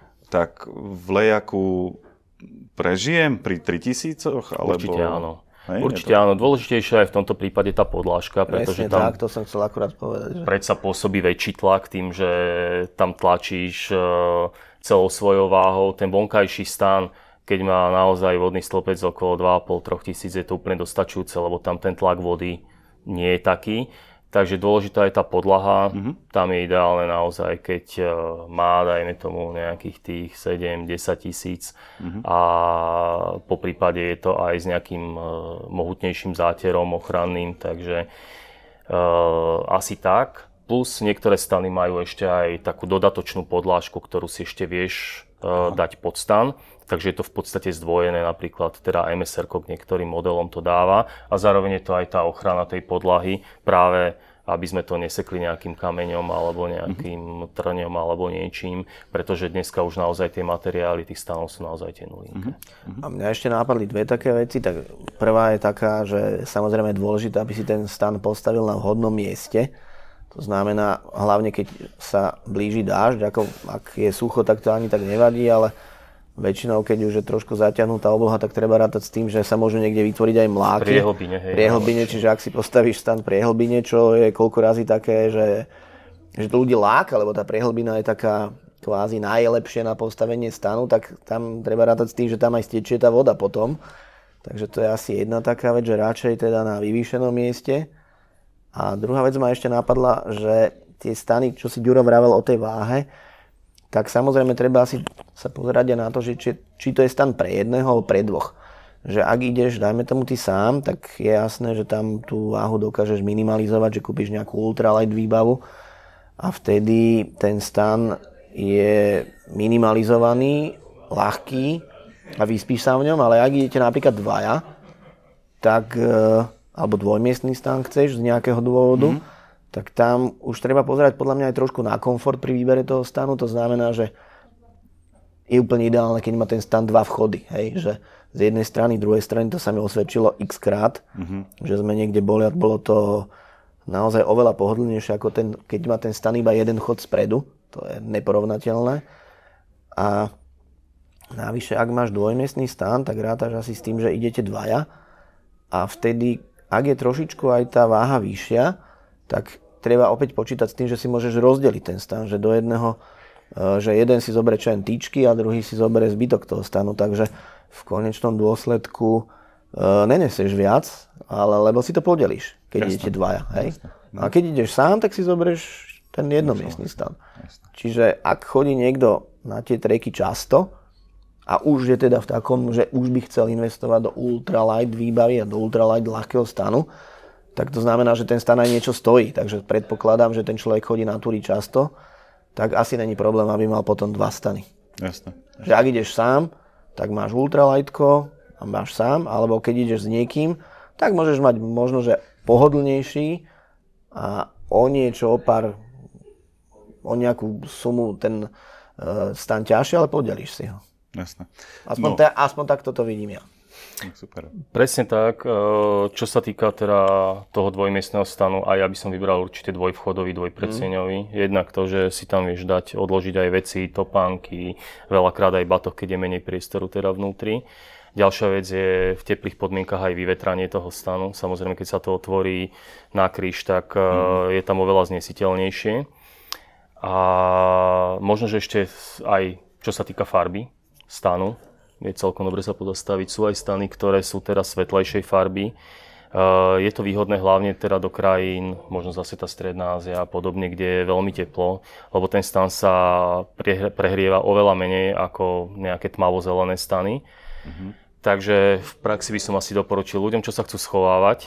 tak v lejaku prežijem pri tritisícoch? Alebo... Určite áno. Hej, Určite to... áno. Dôležitejšia je v tomto prípade tá podlážka, pretože Presne tam tak, to som chcel akurát povedať. Že... predsa pôsobí väčší tlak tým, že tam tlačíš celou svojou váhou. Ten vonkajší stan, keď má naozaj vodný stĺpec okolo dva a pol až tri tisíc, je to úplne dostačujúce, lebo tam ten tlak vody nie je taký. Takže dôležitá je tá podlaha, mm-hmm. tam je ideálne naozaj, keď má, dajme tomu, nejakých tých sedem až desať tisíc mm-hmm. a po prípade je to aj s nejakým uh, mohutnejším záterom ochranným, takže uh, asi tak. Plus niektoré stany majú ešte aj takú dodatočnú podlážku, ktorú si ešte vieš uh, dať pod stan. Takže je to v podstate zdvojené, napríklad teda em es er-ko k niektorým modelom to dáva a zároveň je to aj tá ochrana tej podlahy, práve aby sme to nesekli nejakým kameňom alebo nejakým mm-hmm. trňom alebo niečím, pretože dneska už naozaj tie materiály tých stanov sú naozaj tie novinky. Mm-hmm. A mňa ešte nápadli dve také veci, tak prvá je taká, že samozrejme je dôležité, aby si ten stan postavil na vhodnom mieste. To znamená, hlavne keď sa blíži dážď, ako ak je sucho, tak to ani tak nevadí, ale väčšinou, keď už je trošku zaťahnutá obloha, tak treba rátať s tým, že sa môžu niekde vytvoriť aj mláky. Priehlbine, hej. Priehlbine, čiže ak si postavíš stan priehlbine, čo je koľko razy také, že, že to ľudí láka, lebo tá priehlbina je taká kvázi najlepšie na postavenie stanu, tak tam treba rátať s tým, že tam aj stečie tá voda potom. Takže to je asi jedna taká vec, že radšej teda na vyvýšenom mieste. A druhá vec ma ešte napadla, že tie stany, čo si Ďuro vravel o tej váhe, tak samozrejme treba asi sa pozerať na to, že či, či to je stan pre jedného alebo pre dvoch. Že ak ideš, dajme tomu ty sám, tak je jasné, že tam tú váhu dokážeš minimalizovať, že kúpiš nejakú ultralight výbavu a vtedy ten stan je minimalizovaný, ľahký a vyspíš sa v ňom, ale ak idete napríklad dvaja, tak, alebo dvojmiestny stan chceš z nejakého dôvodu, mm. tak tam už treba pozerať podľa mňa aj trošku na komfort pri výbere toho stanu. To znamená, že je úplne ideálne, keď má ten stan dva vchody. Hej? Že z jednej strany, druhej strany, to sa mi osvedčilo x krát, mm-hmm. že sme niekde boli a bolo to naozaj oveľa pohodlnejšie, ako ten, keď má ten stan iba jeden chod spredu. To je neporovnateľné. A navyše, ak máš dvojmiestny stan, tak rátaš asi s tým, že idete dvaja a vtedy, ak je trošičku aj tá váha vyššia, tak treba opäť počítať s tým, že si môžeš rozdeliť ten stan, že do jedného, že jeden si zoberie čo len tyčky a druhý si zoberie zbytok toho stanu, takže v konečnom dôsledku nenesieš viac, ale lebo si to podelíš, keď Jasne. idete dvaja, hej? No. A keď ideš sám, tak si zoberieš ten jednomiestny stan. Jasne. Čiže ak chodí niekto na tie treky často a už je teda v takom, že už by chcel investovať do ultralight výbavy a do ultralight ľahkého stanu, tak to znamená, že ten stan aj niečo stojí. Takže predpokladám, že ten človek chodí na túry často, tak asi není problém, aby mal potom dva stany. Jasne. Že ak ideš sám, tak máš ultralightko a máš sám, alebo keď ideš s niekým, tak môžeš mať možno, že pohodlnejší a o niečo, o pár, o nejakú sumu ten uh, stan ťažšie, ale podelíš si ho. Jasne. Aspoň, no. ta, aspoň takto to vidím ja. Super. Presne tak. Čo sa týka teda toho dvojmiestneho stanu, aj ja by som vybral určite dvojvchodový, dvojpredsieňový. Mm. Jednak to, že si tam vieš dať, odložiť aj veci, topánky, veľakrát aj batoh, keď je menej priestoru teda vnútri. Ďalšia vec je v teplých podmienkach aj vyvetranie toho stanu. Samozrejme, keď sa to otvorí na kríž, tak mm. je tam oveľa znesiteľnejšie. A možno, že ešte aj čo sa týka farby stanu, je celkom dobre sa pozastaviť. Sú aj stany, ktoré sú teraz svetlejšej farby. Je to výhodné hlavne teda do krajín, možno zase tá Stredná Ázia a podobne, kde je veľmi teplo, lebo ten stan sa prehrieva oveľa menej ako nejaké tmavo-zelené stany. Mm-hmm. Takže v praxi by som asi doporučil ľuďom, čo sa chcú schovávať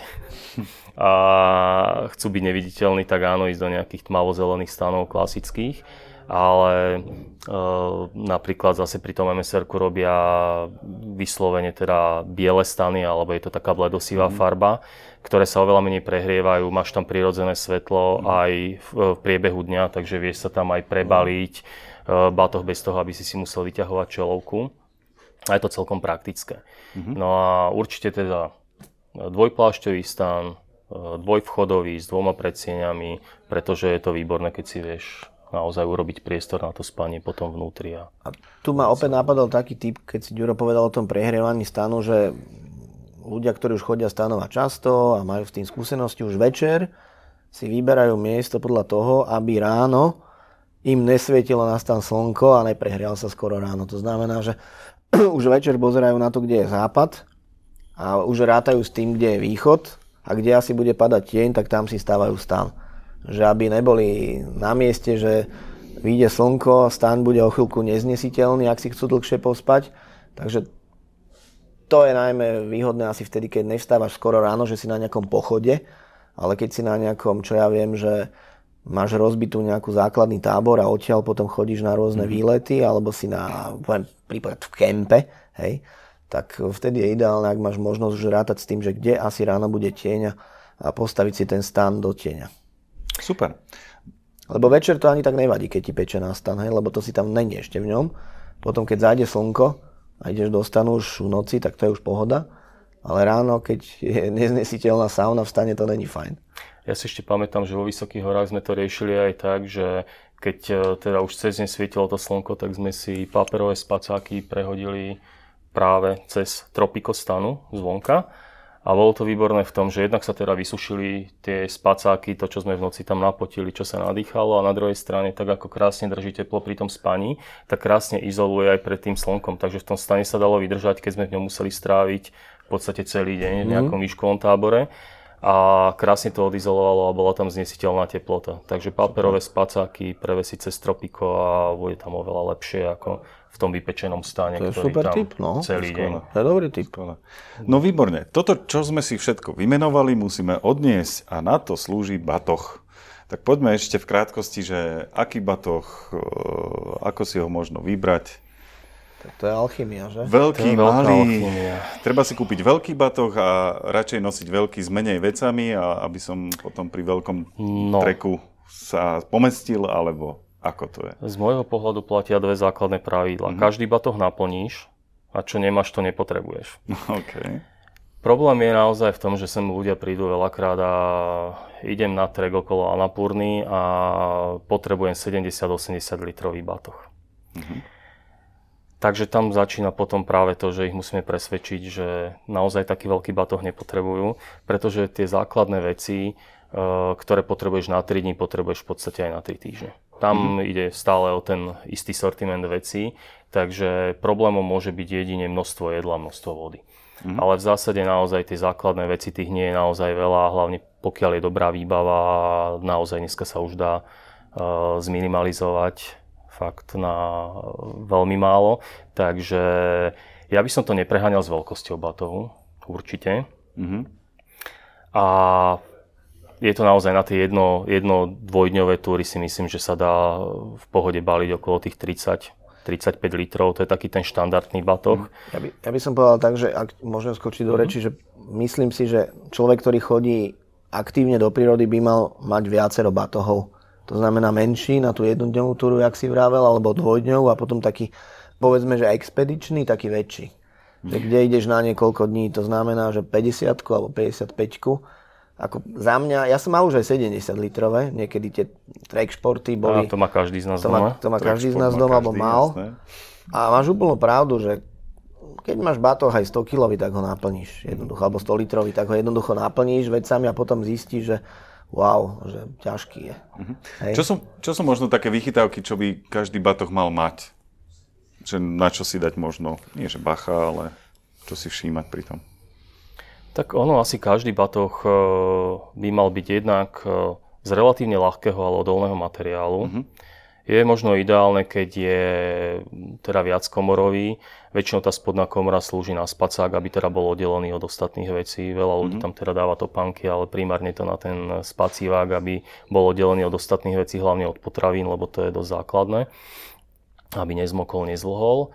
a chcú byť neviditeľní, tak áno, ísť do nejakých tmavo-zelených stanov klasických. Ale e, napríklad zase pri tom em es erku robia vyslovene teda biele stany, alebo je to taká bledosivá mm. farba, ktoré sa oveľa menej prehrievajú, máš tam prirodzené svetlo mm. aj v, v priebehu dňa, takže vieš sa tam aj prebaliť, e, batoh bez toho, aby si si musel vyťahovať čelovku. A je to celkom praktické. Mm-hmm. No a určite teda dvojplášťový stan, dvojvchodový s dvoma predsieňami, pretože je to výborné, keď si vieš naozaj urobiť priestor na to spanie potom vnútri. A, a tu ma opäť napadol taký typ, keď si Ďuro povedal o tom prehrievaní stanu, že ľudia, ktorí už chodia stanovať často a majú s tým skúsenosti už večer, si vyberajú miesto podľa toho, aby ráno im nesvietilo na stan slnko a neprehrial sa skoro ráno. To znamená, že už večer pozerajú na to, kde je západ a už rátajú s tým, kde je východ a kde asi bude padať tieň, tak tam si stávajú stan. Že aby neboli na mieste, že vyjde slnko, stan bude o chvíľku neznesiteľný, ak si chcú dlhšie pospať. Takže to je najmä výhodné asi vtedy, keď nevstávaš skoro ráno, že si na nejakom pochode, ale keď si na nejakom, čo ja viem, že máš rozbitú nejakú základný tábor a odtiaľ potom chodíš na rôzne mm-hmm. výlety, alebo si na, poviem, prípad v kempe, hej, tak vtedy je ideálne, ak máš možnosť už rátať s tým, že kde asi ráno bude tieň a postaviť si ten stan do tieňa. Super. Lebo večer to ani tak nevadí, keď ti peče na stan, hej, lebo to si tam není ešte v ňom. Potom, keď zájde slnko a ideš do stanu už v noci, tak to je už pohoda. Ale ráno, keď je neznesiteľná sauna v stane, to není fajn. Ja si ešte pamätám, že vo Vysokých horách sme to riešili aj tak, že keď teda už cez deň svietilo to slnko, tak sme si paperové spacáky prehodili práve cez tropiko stanu zvonka. A bolo to výborné v tom, že jednak sa teda vysušili tie spacáky, to, čo sme v noci tam napotili, čo sa nadýchalo, a na druhej strane, tak ako krásne drží teplo pri tom spaní, tak krásne izoluje aj pred tým slnkom. Takže v tom stane sa dalo vydržať, keď sme v ňom museli stráviť v podstate celý deň v nejakom výškovom tábore. A krásne to odizolovalo a bola tam znesiteľná teplota. Takže paperové spacáky prevesiť cez tropiko a bude tam oveľa lepšie ako v tom vypečenom stane, ktorý super tam tip, no. celý deň. To je dobrý tip. No výborne. Toto, čo sme si všetko vymenovali, musíme odniesť a na to slúži batoh. Tak poďme ešte v krátkosti, že aký batoh, ako si ho možno vybrať. Tak to je alchymia, že? Veľký, malý. Treba si kúpiť veľký batoh a radšej nosiť veľký s menej vecami, a aby som potom pri veľkom no. treku sa pomestil, alebo ako to je? Z môjho pohľadu platia dve základné pravidlá. Mm-hmm. Každý batoh naplníš a čo nemáš, to nepotrebuješ. Okay. Problém je naozaj v tom, že sem ľudia prídu veľakrát a idem na trek okolo Annapurny a potrebujem sedemdesiat osemdesiat litrový batoh. Mm-hmm. Takže tam začína potom práve to, že ich musíme presvedčiť, že naozaj taký veľký batoh nepotrebujú, pretože tie základné veci, ktoré potrebuješ na tri dni, potrebuješ v podstate aj na tri týždne. Tam mm-hmm. ide stále o ten istý sortiment vecí, takže problémom môže byť jedine množstvo jedla, množstvo vody. Mm-hmm. Ale v zásade naozaj tie základné veci, tých nie je naozaj veľa, hlavne pokiaľ je dobrá výbava, naozaj dneska sa už dá uh, zminimalizovať fakt na veľmi málo, takže ja by som to nepreháňal s veľkosťou batohu, určite. Mm-hmm. A je to naozaj na tie jedno, jedno dvojdňové túry, si myslím, že sa dá v pohode baliť okolo tých tridsať tridsaťpäť litrov, to je taký ten štandardný batoh. Ja by, ja by som povedal tak, že ak môžem skočiť do reči, že myslím si, že človek, ktorý chodí aktívne do prírody, by mal mať viacero batohov. To znamená menší na tú jednodňovú túru, jak si vravel, alebo dvojdňovú a potom taký, povedzme, že expedičný, taký väčší. Že kde ideš na niekoľko dní, to znamená, že päťdesiatku alebo päťdesiatpäťku. Ako za mňa, ja som mal už aj sedemdesiat litrové, niekedy tie track športy boli... A to má každý z nás to doma. Má, to má každý z nás doma, alebo mal. Jasné. A máš úplnú pravdu, že keď máš batoh aj sto kilový, tak ho naplníš jednoducho, alebo sto litrový, tak ho jednoducho naplníš vecami a potom zistíš, že wow, že ťažký je. Uh-huh. Čo, sú, čo sú možno také vychytávky, čo by každý batoh mal mať? Že na čo si dať možno, nie že bacha, ale čo si všímať pri tom? Tak ono, asi každý batoh by mal byť jednak z relatívne ľahkého, ale odolného materiálu. Uh-huh. Je možno ideálne, keď je teda viackomorový. Väčšinou tá spodná komora slúži na spacák, aby teda bol oddelený od ostatných vecí. Veľa ľudí mm-hmm. tam teda dáva topánky, ale primárne to na ten spacívák, aby bol oddelený od ostatných vecí, hlavne od potravín, lebo to je dosť základné, aby nezmokol, nezvlhol.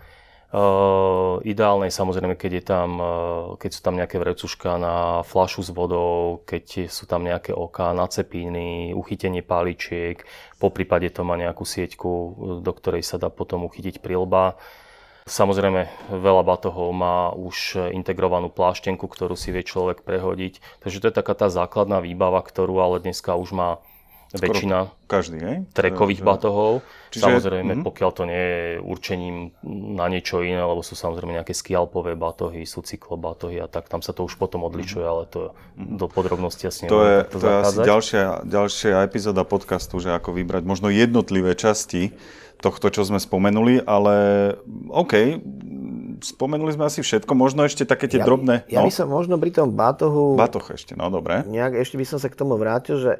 Uh, ideálne je samozrejme, keď, je tam, uh, keď sú tam nejaké vrecuška na fľašu s vodou, keď sú tam nejaké oká, nacepiny, uchytenie páličiek, poprípade to má nejakú sieťku, do ktorej sa dá potom uchytiť prilba. Samozrejme, veľa batohov má už integrovanú pláštenku, ktorú si vie človek prehodiť. Takže to je taká tá základná výbava, ktorú ale dneska už má väčšina každý, hej? trekových batohov. Čiže, samozrejme, mm-hmm. pokiaľ to nie je určením na niečo iné, lebo sú samozrejme nejaké skialpové batohy, sú cyklobatohy a tak, tam sa to už potom odlišuje, ale to mm-hmm. do podrobnosti asi to je, to je asi ďalšia, ďalšia epizóda podcastu, že ako vybrať možno jednotlivé časti tohto, čo sme spomenuli, ale OK, spomenuli sme asi všetko, možno ešte také tie ja, drobné... Ja no? by som možno pri tom batohu... Batoh ešte, no dobre. Nejak, ešte by som sa k tomu vrátil, že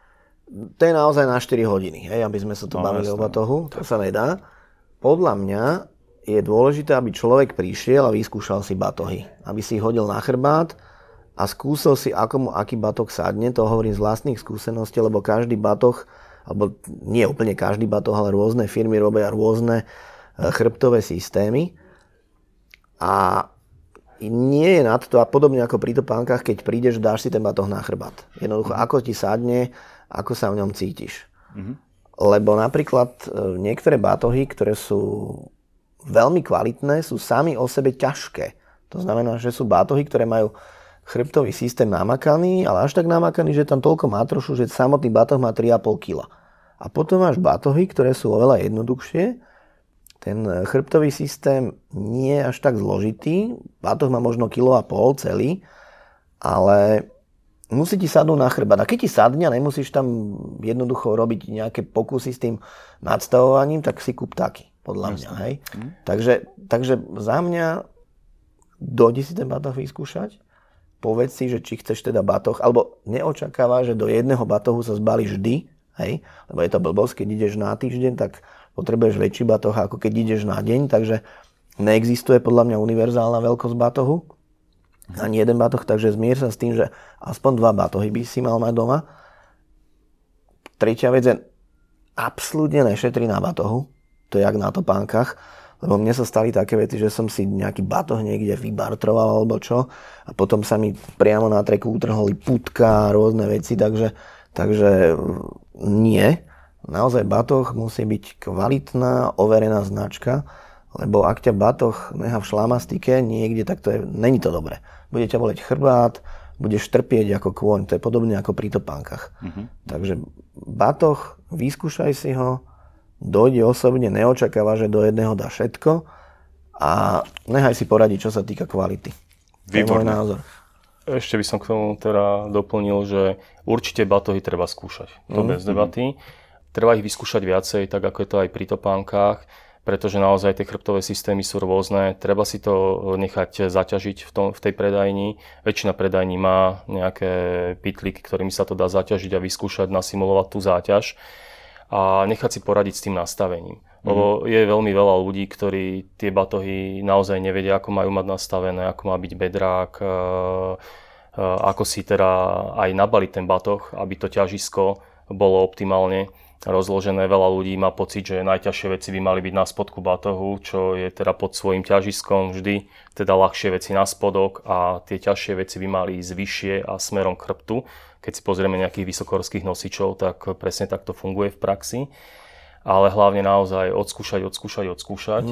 to je naozaj na štyri hodiny, hej, aby sme sa tu no, bavili jasne. O batohu, to sa nedá. Podľa mňa je dôležité, aby človek prišiel a vyskúšal si batohy. Aby si ich hodil na chrbát a skúsil si, ako mu aký batoh sadne. To hovorím z vlastných skúseností, lebo každý batoh, alebo nie úplne každý batoh, ale rôzne firmy robia rôzne chrbtové systémy. A nie je nad to, a podobne ako pri topánkach, keď prídeš, dáš si ten batoh na chrbát. Jednoducho, ako ti sadne, ako sa v ňom cítiš. Mm-hmm. Lebo napríklad niektoré batohy, ktoré sú veľmi kvalitné, sú sami o sebe ťažké. To znamená, že sú batohy, ktoré majú chrbtový systém namakaný, ale až tak namakaný, že tam toľko mátrošu, že samotný batoh má tri a pol kila. A potom máš batohy, ktoré sú oveľa jednoduchšie. Ten chrbtový systém nie je až tak zložitý. Batoh má možno kilo a pol celý, ale musí ti sadnúť na chrbát. A keď ti sadne, nemusíš tam jednoducho robiť nejaké pokusy s tým nadstavovaním, tak si kúp taký, podľa mňa. Hej? Mm. Takže, takže za mňa dojdi si ten batoh vyskúšať, povedz si, že či chceš teda batoh, alebo neočakáva, že do jedného batohu sa zbalíš vždy, hej? Lebo je to blbosť, keď ideš na týždeň, tak potrebuješ väčší batoh, ako keď ideš na deň, takže neexistuje podľa mňa univerzálna veľkosť batohu. Ani jeden batoh, takže zmier sa s tým, že aspoň dva batohy by si mal mať doma. Tretia vec je, absolútne nešetri na batohu. To je jak na topánkach. Lebo mne sa stali také veci, že som si nejaký batoh niekde vybartroval alebo čo. A potom sa mi priamo na treku utrholi putka a rôzne veci. Takže, takže nie. Naozaj batoh musí byť kvalitná, overená značka. Lebo ak ťa batoh nechá v šlamastike niekde, tak to je, není to dobré. Bude ťa boleť chrbát, budeš trpieť ako kôň. To je podobne ako pri topánkach. Uh-huh. Takže batoh, vyskúšaj si ho, dojde osobne, neočakáva, že do jedného dá všetko a nechaj si poradiť, čo sa týka kvality. To je môj názor. Ešte by som k tomu teda doplnil, že určite batohy treba skúšať. To uh-huh. bez debaty. Treba ich vyskúšať viacej, tak ako je to aj pri topánkach, pretože naozaj tie chrbtové systémy sú rôzne. Treba si to nechať zaťažiť v, tom, v tej predajni. Väčšina predajní má nejaké pytlíky, ktorými sa to dá zaťažiť a vyskúšať, nasimulovať tú záťaž a nechať si poradiť s tým nastavením. Mm. Lebo je veľmi veľa ľudí, ktorí tie batohy naozaj nevedia, ako majú mať nastavené, ako má byť bedrák, ako si teda aj nabaliť ten batoh, aby to ťažisko bolo optimálne rozložené. Veľa ľudí má pocit, že najťažšie veci by mali byť na spodku batohu, čo je teda pod svojím ťažiskom vždy, teda ľahšie veci na spodok a tie ťažšie veci by mali ísť vyššie a smerom k chrbtu. Keď si pozrieme nejakých vysokohorských nosičov, tak presne tak to funguje v praxi. Ale hlavne naozaj odskúšať, odskúšať, odskúšať. Mm.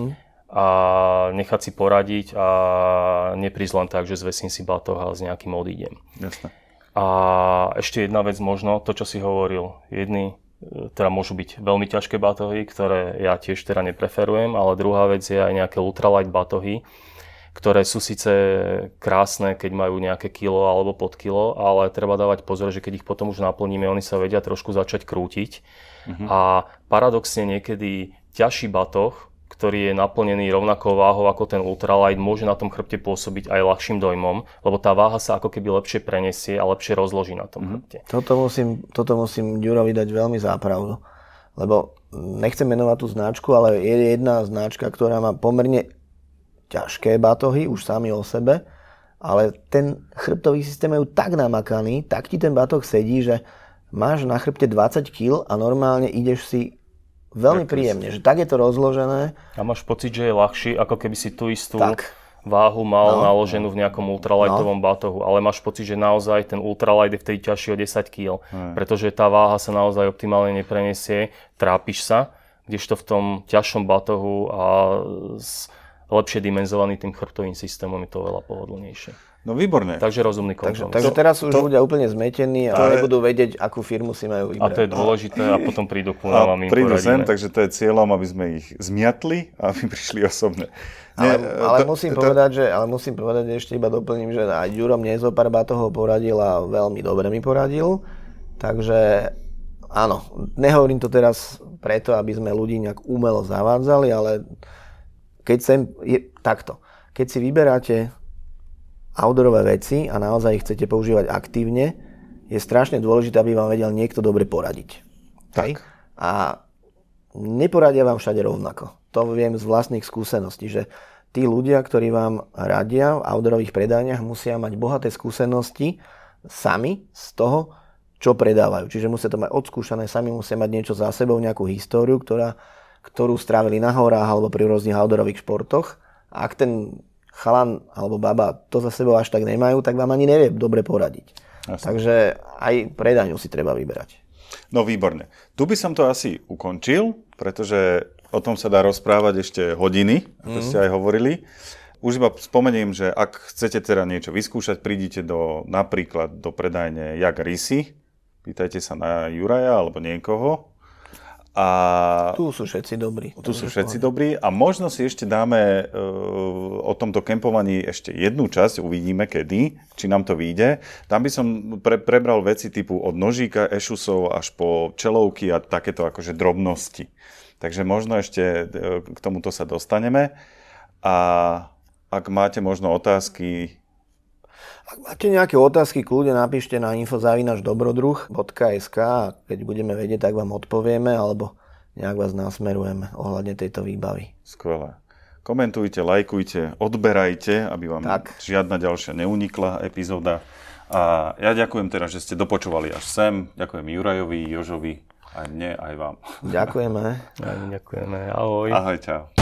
a nechať si poradiť a neprísť len tak, že zvesím si batoh a s nejakým odídem. Jasné. A ešte jedna vec možno, to čo si hovoril, jedni teda môžu byť veľmi ťažké batohy, ktoré ja tiež teda nepreferujem, ale druhá vec je aj nejaké ultralight batohy, ktoré sú síce krásne, keď majú nejaké kilo alebo pod kilo, ale treba dávať pozor, že keď ich potom už naplníme, oni sa vedia trošku začať krútiť. Uh-huh. A paradoxne niekedy ťažší batoh, ktorý je naplnený rovnakou váhou ako ten ultralight, môže na tom chrbte pôsobiť aj ľahším dojmom, lebo tá váha sa ako keby lepšie prenesie a lepšie rozloží na tom uh-huh. chrbte. Toto musím, toto musím Ďurovi dať veľmi zápravdu, lebo nechcem menovať tú značku, ale je jedna značka, ktorá má pomerne ťažké batohy, už sami o sebe, ale ten chrbtový systém majú tak namakaný, tak ti ten batoh sedí, že máš na chrbte dvadsať kíl a normálne ideš si veľmi tak príjemne, že tak je to rozložené. A máš pocit, že je ľahší, ako keby si tú istú tak. váhu mal no. naloženú v nejakom ultralightovom no. batohu, ale máš pocit, že naozaj ten ultralight je vtedy ťažší o desať kíl, hmm. pretože tá váha sa naozaj optimálne nepreniesie, trápiš sa, kdežto v tom ťažšom batohu a s lepšie dimenzovaný tým chrbtovým systémom je to veľa pohodlnejšie. No výborné. Takže rozumný kompromis. Takže, takže teraz už to, ľudia úplne zmetení a nebudú vedieť, akú firmu si majú vybrať. A to je dôležité a potom prídu ku nám a my im prídu poradíme. Sem, takže to je cieľom, aby sme ich zmiatli a aby prišli osobne. Nie, ale, ale, to, musím to, povedať, že, ale musím povedať, že ešte iba doplním, že aj Ďuro mne zo pár batohov poradil a veľmi dobre mi poradil. Takže áno, nehovorím to teraz preto, aby sme ľudí nejak umelo zavádzali, ale keď sem je takto. Keď si vyberáte outdoorové veci a naozaj ich chcete používať aktívne, je strašne dôležité, aby vám vedel niekto dobre poradiť. Tak. A neporadia vám všade rovnako. To viem z vlastných skúseností, že tí ľudia, ktorí vám radia v outdoorových predajniach, musia mať bohaté skúsenosti sami z toho, čo predávajú. Čiže musia to mať odskúšané, sami musia mať niečo za sebou, nejakú históriu, ktorá ktorú strávili na horách alebo pri rôznych outdoorových športoch. A ak ten chalan alebo baba to za sebou až tak nemajú, tak vám ani nevie dobre poradiť. Jasne. Takže aj predajňu si treba vyberať. No výborne. Tu by som to asi ukončil, pretože o tom sa dá rozprávať ešte hodiny, ako mm. ste aj hovorili. Už iba spomeniem, že ak chcete teda niečo vyskúšať, prídite do, napríklad do predajne Jak Rysy, pýtajte sa na Juraja alebo niekoho. A tu sú všetci dobrí. Tu sú všetci dobrí a možno si ešte dáme e, o tomto kempovaní ešte jednu časť, uvidíme kedy, či nám to vyjde. Tam by som pre, prebral veci typu od nožíka, ešusov až po čelovky a takéto akože drobnosti. Takže možno ešte e, k tomuto sa dostaneme. A ak máte možno otázky... Ak máte nejaké otázky, kľudne napíšte na info zavináč dobrodruh bodka es ká a keď budeme vedieť, tak vám odpovieme alebo nejak vás nasmerujeme ohľadne tejto výbavy. Skvelé. Komentujte, lajkujte, odberajte, aby vám tak. žiadna ďalšia neunikla epizóda. A ja ďakujem teda, že ste dopočúvali až sem. Ďakujem Jurajovi, Jožovi, aj mne, aj vám. Ďakujeme. Ďakujeme. Ahoj. Ahoj, čau.